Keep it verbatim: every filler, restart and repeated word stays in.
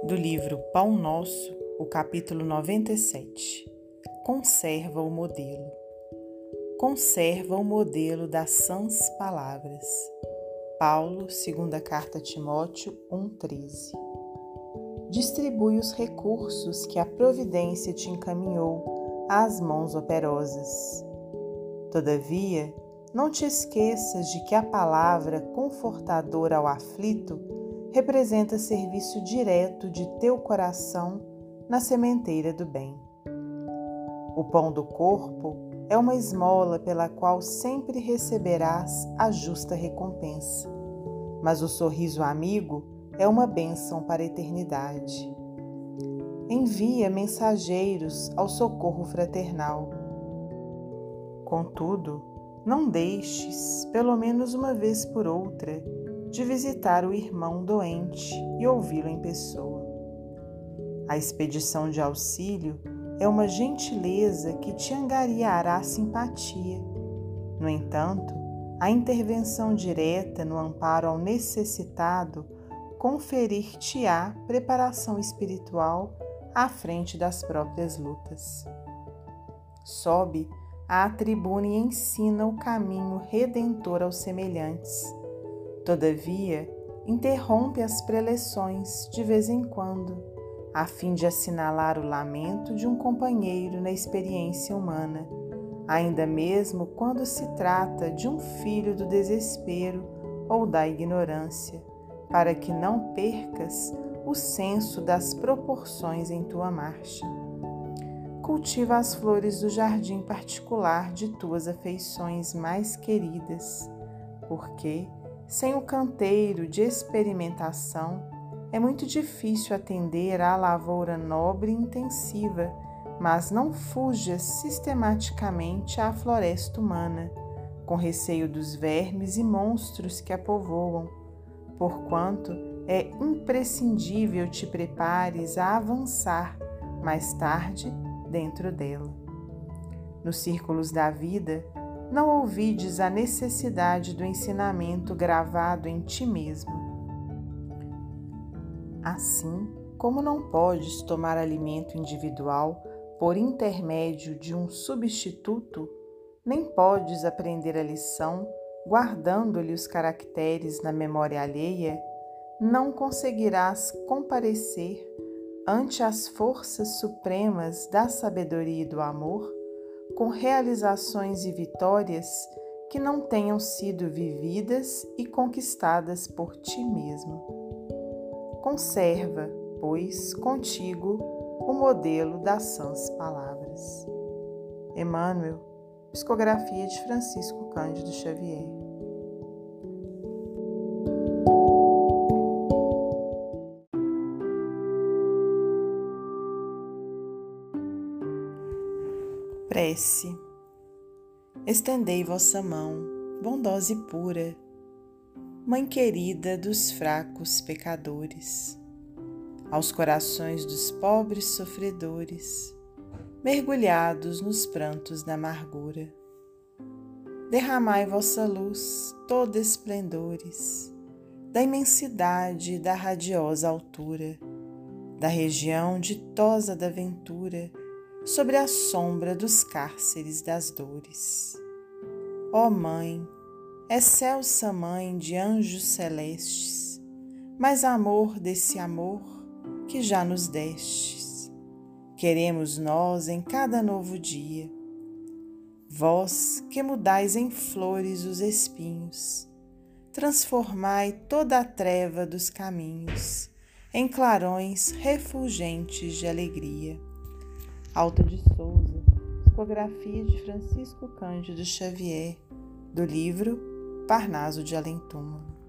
Do livro Pão Nosso, o capítulo noventa e sete. Conserva o modelo. Conserva o modelo das sãs palavras. Paulo, segunda carta a Timóteo um, treze. Distribui os recursos que a providência te encaminhou às mãos operosas. Todavia, não te esqueças de que a palavra confortadora ao aflito representa serviço direto de teu coração na sementeira do bem. O pão do corpo é uma esmola pela qual sempre receberás a justa recompensa, mas o sorriso amigo é uma bênção para a eternidade. Envia mensageiros ao socorro fraternal. Contudo, não deixes, pelo menos uma vez por outra, de visitar o irmão doente e ouvi-lo em pessoa. A expedição de auxílio é uma gentileza que te angariará simpatia. No entanto, a intervenção direta no amparo ao necessitado conferir-te-á preparação espiritual à frente das próprias lutas. Sobe à tribuna e ensina o caminho redentor aos semelhantes. Todavia, interrompe as preleções de vez em quando, a fim de assinalar o lamento de um companheiro na experiência humana, ainda mesmo quando se trata de um filho do desespero ou da ignorância, para que não percas o senso das proporções em tua marcha. Cultiva as flores do jardim particular de tuas afeições mais queridas, porque, sem o canteiro de experimentação, é muito difícil atender à lavoura nobre e intensiva, mas não fujas sistematicamente à floresta humana, com receio dos vermes e monstros que a povoam, porquanto é imprescindível te prepares a avançar, mais tarde, dentro dela. Nos círculos da vida, não ouvides a necessidade do ensinamento gravado em ti mesmo. Assim como não podes tomar alimento individual por intermédio de um substituto, nem podes aprender a lição guardando-lhe os caracteres na memória alheia, não conseguirás comparecer ante as forças supremas da sabedoria e do amor com realizações e vitórias que não tenham sido vividas e conquistadas por ti mesmo. Conserva, pois, contigo o modelo das sãs palavras. Emmanuel, psicografia de Francisco Cândido Xavier. Prece. Estendei vossa mão, bondosa e pura, Mãe querida dos fracos pecadores, aos corações dos pobres sofredores, mergulhados nos prantos da amargura. Derramai vossa luz, toda esplendores, da imensidade e da radiosa altura, da região ditosa da ventura, sobre a sombra dos cárceres das dores. Ó Mãe, excelsa Mãe de anjos celestes, mais amor desse amor que já nos destes, queremos nós em cada novo dia. Vós que mudais em flores os espinhos, transformai toda a treva dos caminhos em clarões refulgentes de alegria. Alta de Souza, psicografia de Francisco Cândido Xavier, do livro Parnaso de Além Túmulo.